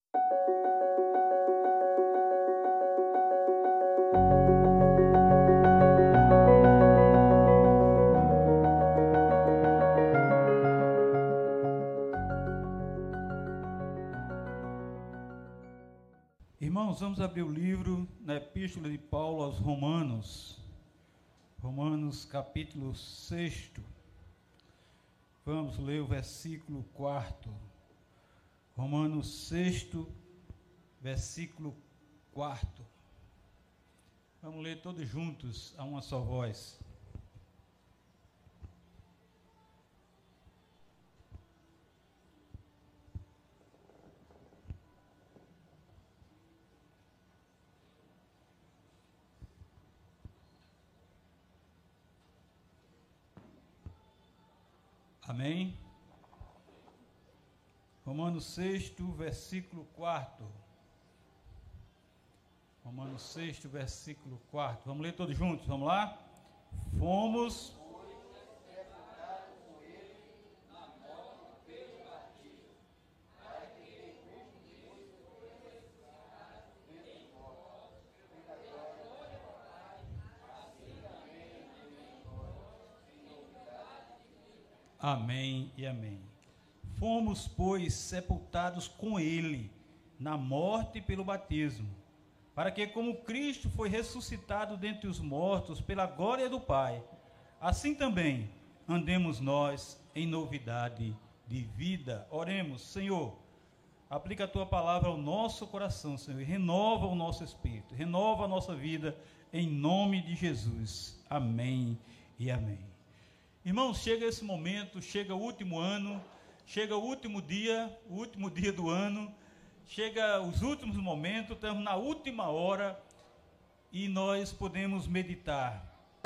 Irmãos, vamos abrir o livro na Epístola de Paulo aos Romanos, Romanos capítulo 6. Vamos ler o versículo 4. Romanos 6, versículo 4. Vamos ler todos juntos, a uma só voz. Amém? Romanos 6, versículo 4. Romanos 6, versículo 4. Vamos ler todos juntos, vamos lá? Fomos... Amém e amém. Fomos, pois, sepultados com ele na morte pelo batismo, para que, como Cristo foi ressuscitado dentre os mortos pela glória do Pai, assim também andemos nós em novidade de vida. Oremos. Senhor, aplica a tua palavra ao nosso coração, Senhor, e renova o nosso espírito, renova a nossa vida, em nome de Jesus. Amém e amém. Irmãos, chega esse momento, chega o último ano, chega o último dia do ano, chega os últimos momentos, estamos na última hora e nós podemos meditar.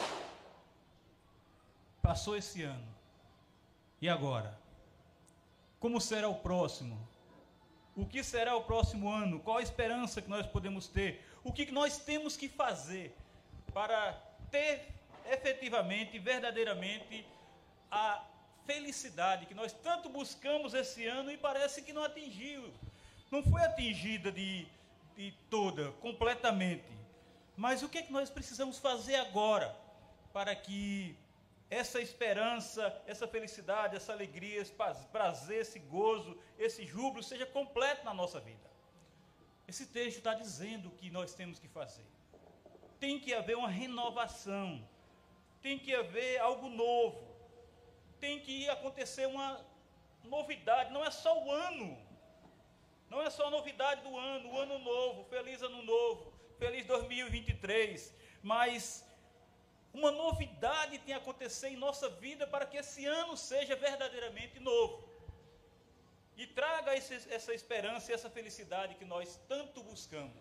Passou esse ano, e agora? Como será o próximo? O que será o próximo ano? Qual a esperança que nós podemos ter? O que nós temos que fazer para ter efetivamente, verdadeiramente, a felicidade que nós tanto buscamos esse ano e parece que não atingiu, não foi atingida de toda, completamente. Mas o que é que nós precisamos fazer agora para que essa esperança, essa felicidade, essa alegria, esse prazer, esse gozo, esse júbilo seja completo na nossa vida? Esse texto está dizendo o que nós temos que fazer. Tem que haver uma renovação, tem que haver algo novo, tem que acontecer uma novidade. Não é só o ano, não é só a novidade do ano, o ano novo, feliz ano novo, feliz 2023, mas uma novidade tem que acontecer em nossa vida para que esse ano seja verdadeiramente novo e traga essa esperança e essa felicidade que nós tanto buscamos.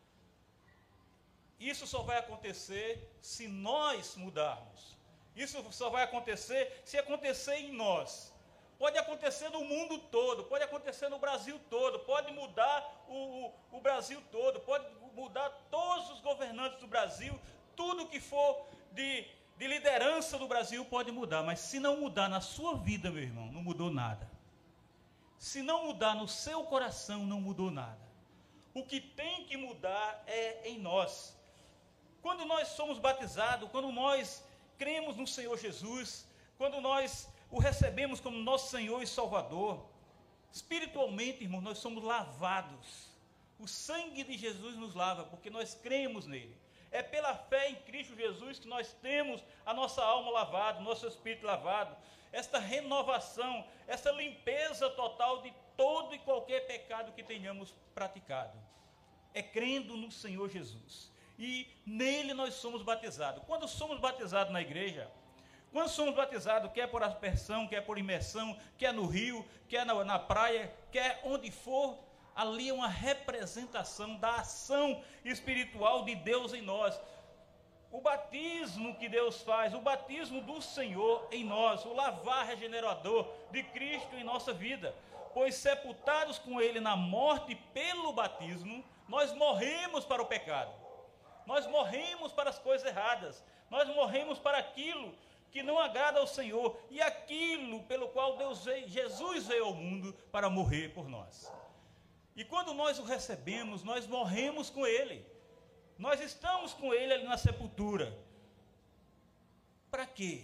Isso só vai acontecer se nós mudarmos. Isso só vai acontecer se acontecer em nós. Pode acontecer no mundo todo, pode acontecer no Brasil todo, pode mudar o Brasil todo, pode mudar todos os governantes do Brasil, tudo que for de liderança do Brasil pode mudar, mas se não mudar na sua vida, meu irmão, não mudou nada. Se não mudar no seu coração, não mudou nada. O que tem que mudar é em nós. Quando nós somos batizados, quando nós cremos no Senhor Jesus, quando nós o recebemos como nosso Senhor e Salvador, espiritualmente, irmão, nós somos lavados. O sangue de Jesus nos lava, porque nós cremos nele. É pela fé em Cristo Jesus que nós temos a nossa alma lavada, nosso espírito lavado, esta renovação, essa limpeza total de todo e qualquer pecado que tenhamos praticado. É crendo no Senhor Jesus. E nele nós somos batizados. Quando somos batizados na igreja, quando somos batizados, quer por aspersão, quer por imersão, quer no rio, quer na praia, quer onde for, ali é uma representação da ação espiritual de Deus em nós. O batismo que Deus faz, o batismo do Senhor em nós, o lavar regenerador de Cristo em nossa vida. Pois sepultados com ele na morte pelo batismo, nós morremos para o pecado. Nós morremos para as coisas erradas, nós morremos para aquilo que não agrada ao Senhor e aquilo pelo qual Jesus veio ao mundo para morrer por nós. E quando nós o recebemos, nós morremos com ele. Nós estamos com ele ali na sepultura. Para quê?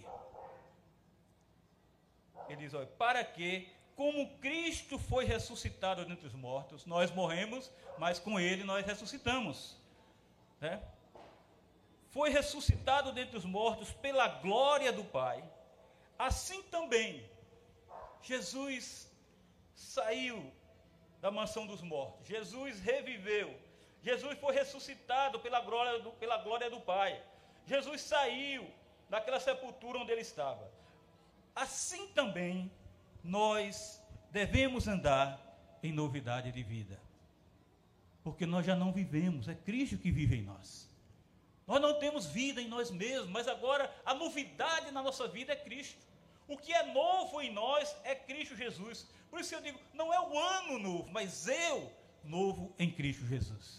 Ele diz, olha, para que, como Cristo foi ressuscitado dentre os mortos, nós morremos, mas com ele nós ressuscitamos. Né? Foi ressuscitado dentre os mortos pela glória do Pai. Assim também, Jesus saiu da mansão dos mortos. Jesus reviveu. Jesus foi ressuscitado pela glória do Pai. Jesus saiu daquela sepultura onde ele estava. Assim também, nós devemos andar em novidade de vida. Porque nós já não vivemos, é Cristo que vive em nós. Nós não temos vida em nós mesmos, mas agora a novidade na nossa vida é Cristo. O que é novo em nós é Cristo Jesus. Por isso eu digo, não é o ano novo, mas eu novo em Cristo Jesus.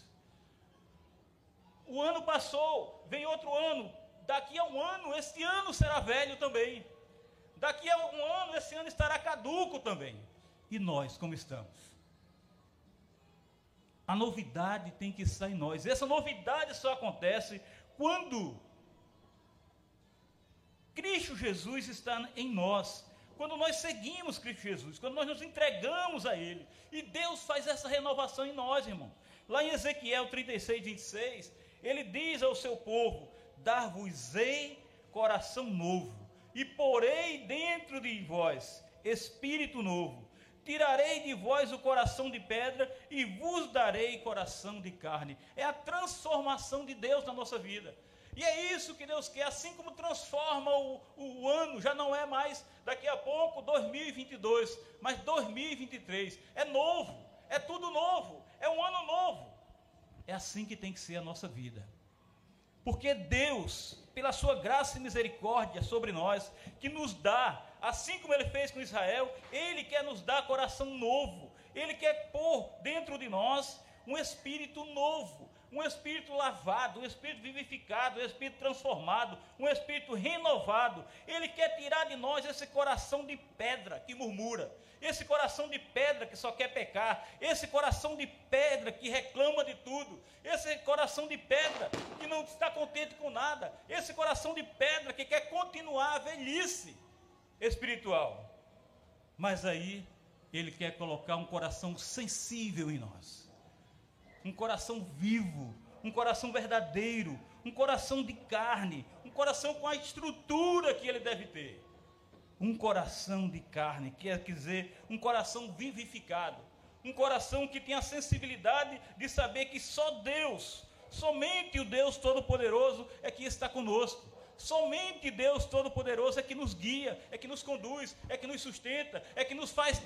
O ano passou, vem outro ano. Daqui a um ano, este ano será velho também. Daqui a um ano, esse ano estará caduco também. E nós, como estamos? A novidade tem que estar em nós. Essa novidade só acontece quando Cristo Jesus está em nós. Quando nós seguimos Cristo Jesus, quando nós nos entregamos a Ele. E Deus faz essa renovação em nós, irmão. Lá em Ezequiel 36, 26, Ele diz ao seu povo, dar-vos-ei coração novo, e porei dentro de vós espírito novo. Tirarei de vós o coração de pedra e vos darei coração de carne. É a transformação de Deus na nossa vida. E é isso que Deus quer, assim como transforma o ano, já não é mais daqui a pouco 2022, mas 2023. É novo, é tudo novo, é um ano novo. É assim que tem que ser a nossa vida. Porque Deus, pela sua graça e misericórdia sobre nós, que nos dá, assim como Ele fez com Israel, Ele quer nos dar coração novo. Ele quer pôr dentro de nós um espírito novo, um espírito lavado, um espírito vivificado, um espírito transformado, um espírito renovado. Ele quer tirar de nós esse coração de pedra que murmura, esse coração de pedra que só quer pecar, esse coração de pedra que reclama de tudo, esse coração de pedra que não está contente com nada, esse coração de pedra que quer continuar a velhice espiritual. Mas aí Ele quer colocar um coração sensível em nós, um coração vivo, um coração verdadeiro, um coração de carne, um coração com a estrutura que ele deve ter. Um coração de carne, quer dizer, um coração vivificado, um coração que tem a sensibilidade de saber que só Deus, somente o Deus Todo-Poderoso é que está conosco. Somente Deus Todo-Poderoso é que nos guia, é que nos conduz, é que nos sustenta, é que nos faz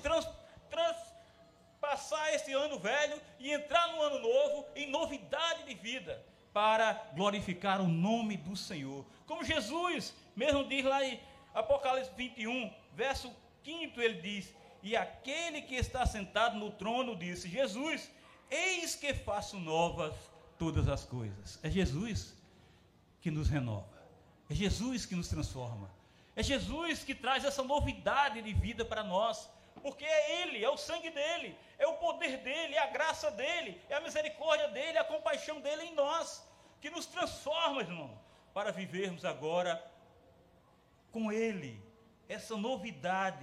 passar esse ano velho e entrar no ano novo em novidade de vida, para glorificar o nome do Senhor. Como Jesus mesmo diz lá em Apocalipse 21, verso 5, ele diz, e aquele que está sentado no trono disse, Jesus, eis que faço novas todas as coisas. É Jesus que nos renova, é Jesus que nos transforma, é Jesus que traz essa novidade de vida para nós. Porque é Ele, é o sangue dEle, é o poder dEle, é a graça dEle, é a misericórdia dEle, é a compaixão dEle em nós, que nos transforma, irmão, para vivermos agora com Ele, essa novidade,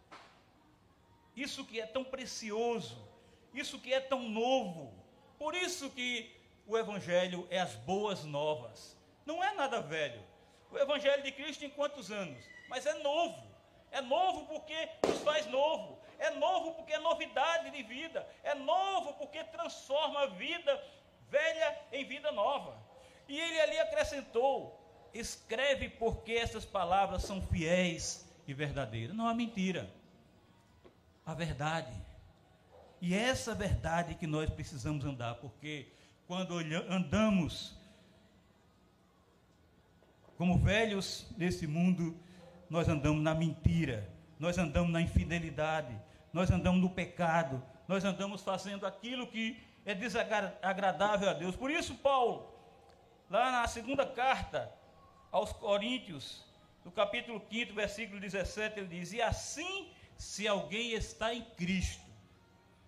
isso que é tão precioso, isso que é tão novo. Por isso que o Evangelho é as boas novas, não é nada velho. O Evangelho de Cristo tem quantos anos? Mas é novo. É novo porque nos faz novo, é novo porque é novidade de vida, é novo porque transforma a vida velha em vida nova. E ele ali acrescentou, escreve porque essas palavras são fiéis e verdadeiras. Não há mentira, a verdade. E é essa verdade que nós precisamos andar, porque quando andamos como velhos nesse mundo, nós andamos na mentira, nós andamos na infidelidade, nós andamos no pecado, nós andamos fazendo aquilo que é desagradável a Deus. Por isso Paulo, lá na segunda carta aos Coríntios, no capítulo 5, versículo 17, ele diz, e assim, se alguém está em Cristo,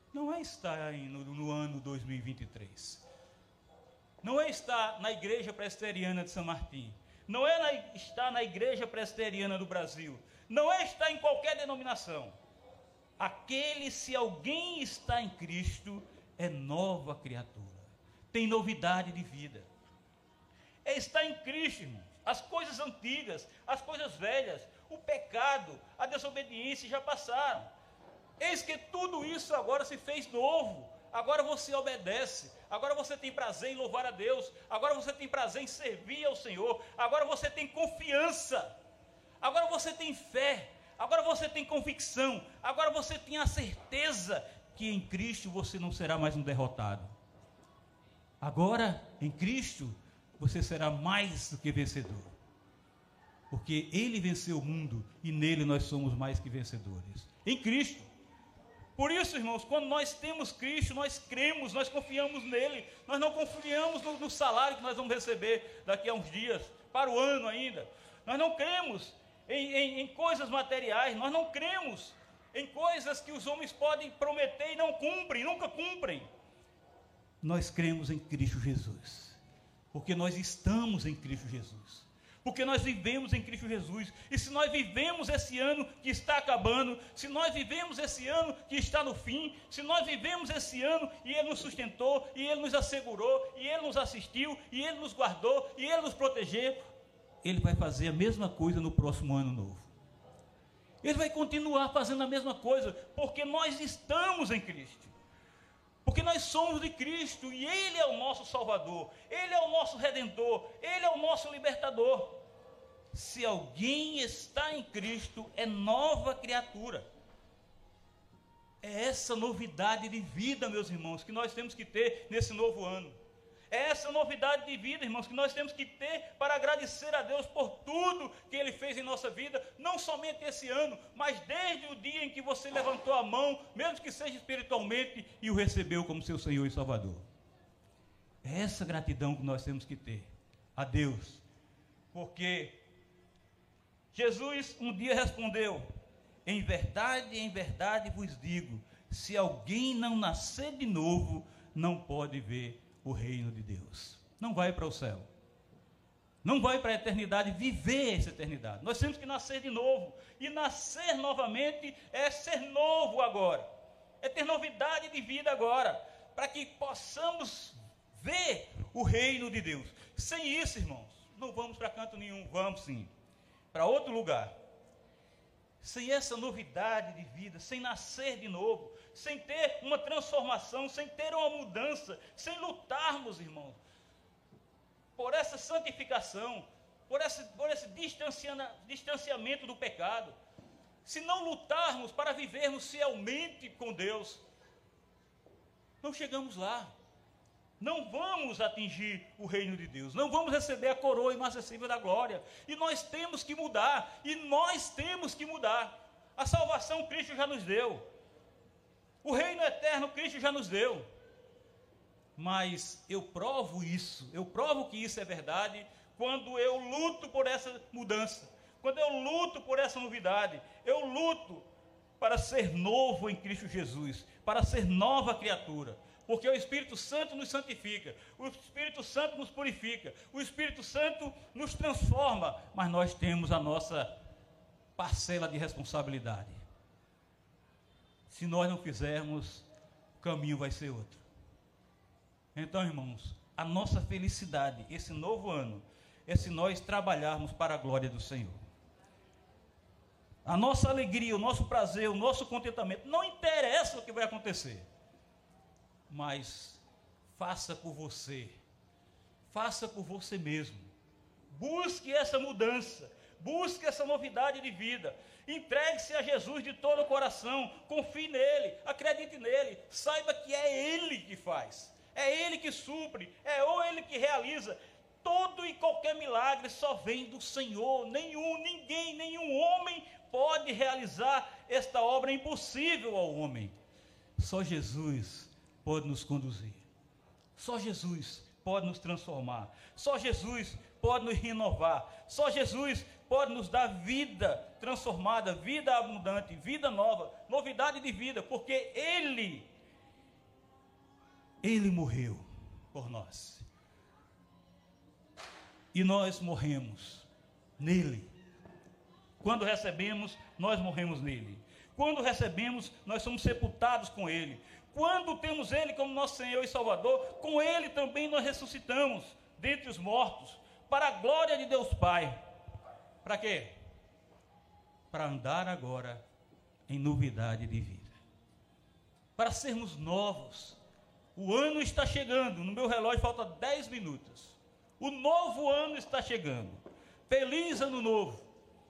não é estar no ano 2023. Não é estar na Igreja Presbiteriana de São Martim. Não é estar na Igreja Presbiteriana do Brasil. Não é estar em qualquer denominação. Aquele, se alguém está em Cristo, é nova criatura. Tem novidade de vida. É estar em Cristo, irmãos. As coisas antigas, as coisas velhas, o pecado, a desobediência já passaram. Eis que tudo isso agora se fez novo. Agora você obedece. Agora você tem prazer em louvar a Deus. Agora você tem prazer em servir ao Senhor. Agora você tem confiança. Agora você tem fé. Agora você tem convicção. Agora você tem a certeza que em Cristo você não será mais um derrotado. Agora, em Cristo, você será mais do que vencedor. Porque Ele venceu o mundo e nele nós somos mais que vencedores. Em Cristo. Por isso, irmãos, quando nós temos Cristo, nós cremos, nós confiamos nele. Nós não confiamos no salário que nós vamos receber daqui a uns dias, para o ano ainda. Nós não cremos em coisas materiais, nós não cremos em coisas que os homens podem prometer e não cumprem, nunca cumprem. Nós cremos em Cristo Jesus, porque nós estamos em Cristo Jesus, porque nós vivemos em Cristo Jesus. E se nós vivemos esse ano que está acabando, se nós vivemos esse ano que está no fim, se nós vivemos esse ano e Ele nos sustentou, e Ele nos assegurou, e Ele nos assistiu, e Ele nos guardou, e Ele nos protegeu, Ele vai fazer a mesma coisa no próximo ano novo. Ele vai continuar fazendo a mesma coisa, porque nós estamos em Cristo. Porque nós somos de Cristo e Ele é o nosso Salvador, Ele é o nosso Redentor, Ele é o nosso Libertador. Se alguém está em Cristo, é nova criatura. É essa novidade de vida, meus irmãos, que nós temos que ter nesse novo ano. É essa novidade de vida, irmãos, que nós temos que ter para agradecer a Deus por tudo que Ele fez em nossa vida, não somente esse ano, mas desde o dia em que você levantou a mão, mesmo que seja espiritualmente, e o recebeu como seu Senhor e Salvador. É essa gratidão que nós temos que ter a Deus, porque Jesus um dia respondeu: em verdade vos digo, se alguém não nascer de novo, não pode ver o reino de Deus. Não vai para o céu. Não vai para a eternidade, viver essa eternidade. Nós temos que nascer de novo. E nascer novamente é ser novo agora. É ter novidade de vida agora. Para que possamos ver o reino de Deus. Sem isso, irmãos, não vamos para canto nenhum. Vamos sim, para outro lugar. Sem essa novidade de vida, sem nascer de novo, sem ter uma transformação, sem ter uma mudança, sem lutarmos, irmãos, por essa santificação, por esse distanciamento do pecado, se não lutarmos para vivermos fielmente com Deus, não chegamos lá. Não vamos atingir o reino de Deus, não vamos receber a coroa inacessível da glória, e nós temos que mudar, a salvação Cristo já nos deu, o reino eterno Cristo já nos deu, mas eu provo que isso é verdade, quando eu luto por essa mudança, quando eu luto por essa novidade, eu luto para ser novo em Cristo Jesus, para ser nova criatura, porque o Espírito Santo nos santifica, o Espírito Santo nos purifica, o Espírito Santo nos transforma, mas nós temos a nossa parcela de responsabilidade. Se nós não fizermos, o caminho vai ser outro. Então, irmãos, a nossa felicidade, esse novo ano, é se nós trabalharmos para a glória do Senhor. A nossa alegria, o nosso prazer, o nosso contentamento, não interessa o que vai acontecer. Mas faça por você mesmo, busque essa mudança, busque essa novidade de vida, entregue-se a Jesus de todo o coração, confie nele, acredite nele, saiba que é Ele que faz, é Ele que supre, é Ele que realiza. Todo e qualquer milagre só vem do Senhor, nenhum homem pode realizar esta obra impossível ao homem. Só Jesus pode nos conduzir, só Jesus pode nos transformar, só Jesus pode nos renovar, só Jesus pode nos dar vida transformada, vida abundante, vida nova, novidade de vida, porque Ele Ele morreu por nós. E nós morremos nele. Quando recebemos, nós morremos nele. Quando recebemos, nós somos sepultados com ele. Quando temos ele como nosso Senhor e Salvador, com ele também nós ressuscitamos dentre os mortos, para a glória de Deus Pai. Para quê? Para andar agora em novidade de vida. Para sermos novos. O ano está chegando, no meu relógio falta 10 minutos. O novo ano está chegando. Feliz ano novo.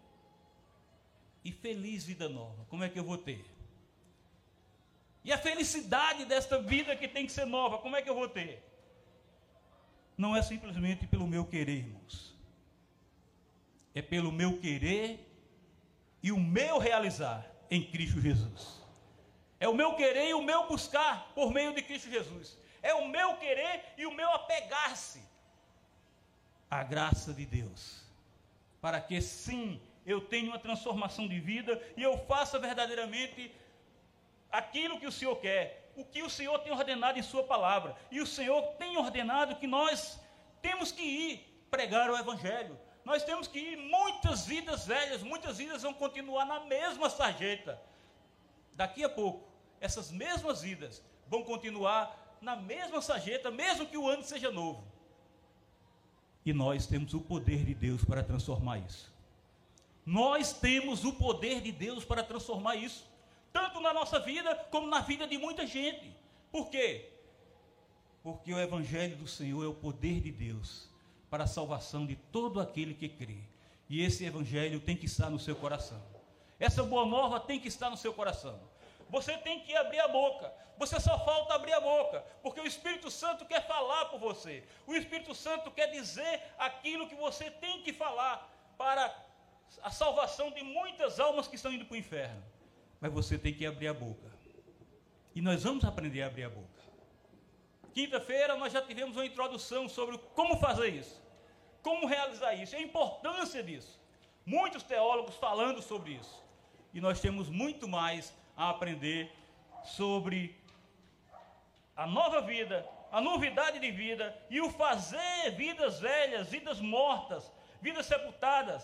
E feliz vida nova. Como é que eu vou ter? E a felicidade desta vida que tem que ser nova, como é que eu vou ter? Não é simplesmente pelo meu querer, irmãos. É pelo meu querer e o meu realizar em Cristo Jesus. É o meu querer e o meu buscar por meio de Cristo Jesus. É o meu querer e o meu apegar-se à graça de Deus. Para que sim, eu tenha uma transformação de vida e eu faça verdadeiramente aquilo que o Senhor quer, o que o Senhor tem ordenado em sua palavra. E o Senhor tem ordenado que nós temos que ir pregar o Evangelho. Nós temos que ir, muitas vidas velhas, muitas vidas vão continuar na mesma sarjeta. Daqui a pouco, essas mesmas vidas vão continuar na mesma sarjeta, mesmo que o ano seja novo. E nós temos o poder de Deus para transformar isso. Nós temos o poder de Deus para transformar isso. Tanto na nossa vida, como na vida de muita gente. Por quê? Porque o Evangelho do Senhor é o poder de Deus para a salvação de todo aquele que crê. E esse Evangelho tem que estar no seu coração. Essa boa nova tem que estar no seu coração. Você tem que abrir a boca. Você só falta abrir a boca, porque o Espírito Santo quer falar por você. O Espírito Santo quer dizer aquilo que você tem que falar para a salvação de muitas almas que estão indo para o inferno. Mas você tem que abrir a boca. E nós vamos aprender a abrir a boca. Quinta-feira nós já tivemos uma introdução sobre como fazer isso. Como realizar isso. A importância disso. Muitos teólogos falando sobre isso. E nós temos muito mais a aprender sobre a nova vida, a novidade de vida e o fazer vidas velhas, vidas mortas, vidas sepultadas,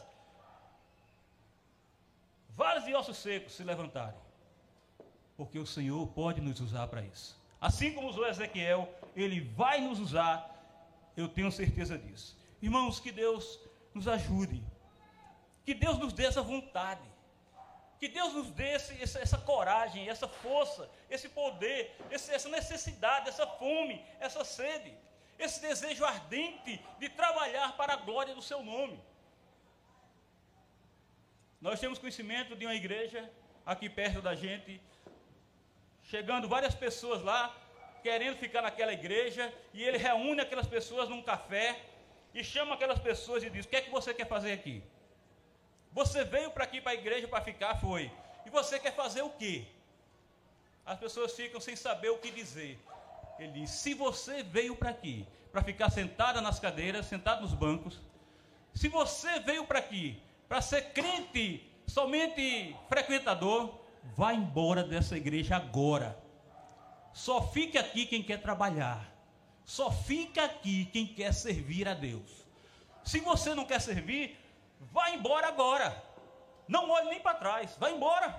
vasos de ossos secos se levantarem, porque o Senhor pode nos usar para isso. Assim como usou Ezequiel, Ele vai nos usar, eu tenho certeza disso. Irmãos, que Deus nos ajude, que Deus nos dê essa vontade, que Deus nos dê essa coragem, essa força, esse poder, essa necessidade, essa fome, essa sede, esse desejo ardente de trabalhar para a glória do seu nome. Nós temos conhecimento de uma igreja aqui perto da gente, chegando várias pessoas lá, querendo ficar naquela igreja, e ele reúne aquelas pessoas num café, e chama aquelas pessoas e diz: o que é que você quer fazer aqui? Você veio para aqui, para a igreja, para ficar? Foi. E você quer fazer o quê? As pessoas ficam sem saber o que dizer. Ele diz: se você veio para aqui, para ficar sentada nas cadeiras, sentado nos bancos, se você veio para aqui, para ser crente, somente frequentador, vá embora dessa igreja agora. Só fique aqui quem quer trabalhar. Só fica aqui quem quer servir a Deus. Se você não quer servir, vá embora agora. Não olhe nem para trás, vá embora.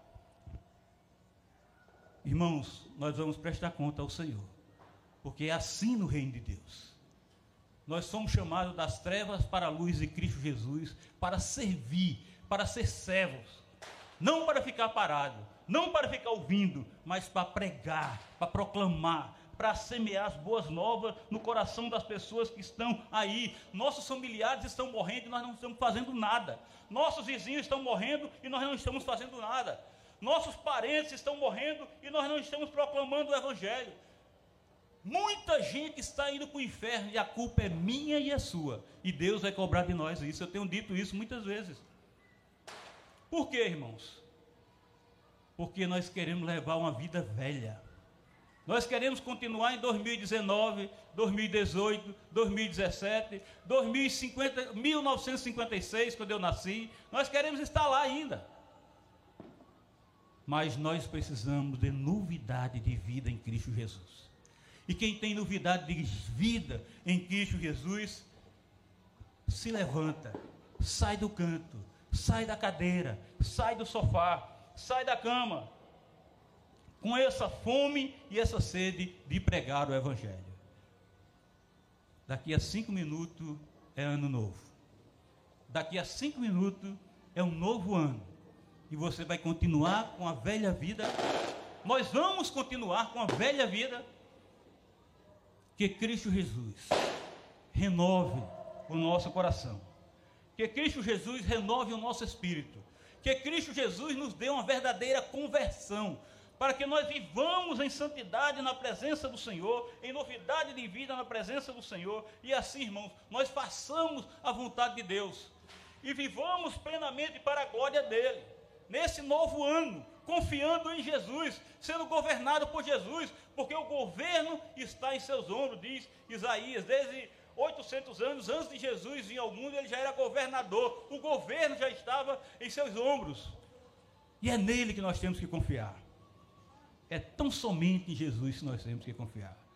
Irmãos, nós vamos prestar conta ao Senhor, porque é assim no reino de Deus. Nós somos chamados das trevas para a luz de Cristo Jesus, para servir, para ser servos, não para ficar parado, não para ficar ouvindo, mas para pregar, para proclamar, para semear as boas novas no coração das pessoas que estão aí. Nossos familiares estão morrendo e nós não estamos fazendo nada. Nossos vizinhos estão morrendo e nós não estamos fazendo nada. Nossos parentes estão morrendo e nós não estamos proclamando o Evangelho. Muita gente está indo para o inferno e a culpa é minha e é sua. E Deus vai cobrar de nós isso. Eu tenho dito isso muitas vezes. Por quê, irmãos? Porque nós queremos levar uma vida velha. Nós queremos continuar em 2019, 2018, 2017, 2050, 1956, quando eu nasci. Nós queremos estar lá ainda. Mas nós precisamos de novidade de vida em Cristo Jesus. E quem tem novidade de vida em Cristo Jesus, se levanta, sai do canto, sai da cadeira, sai do sofá, sai da cama, com essa fome e essa sede de pregar o Evangelho. Daqui a 5 minutos é ano novo. Daqui a 5 minutos é um novo ano. E você vai continuar com a velha vida. Nós vamos continuar com a velha vida. Que Cristo Jesus renove o nosso coração. Que Cristo Jesus renove o nosso espírito. Que Cristo Jesus nos dê uma verdadeira conversão, para que nós vivamos em santidade na presença do Senhor, em novidade de vida na presença do Senhor, e assim, irmãos, nós façamos a vontade de Deus, e vivamos plenamente para a glória dEle, nesse novo ano, confiando em Jesus, sendo governado por Jesus, porque o governo está em seus ombros, diz Isaías. Desde 800 anos antes de Jesus vir ao mundo, ele já era governador, o governo já estava em seus ombros, e é nele que nós temos que confiar. É tão somente em Jesus que nós temos que confiar.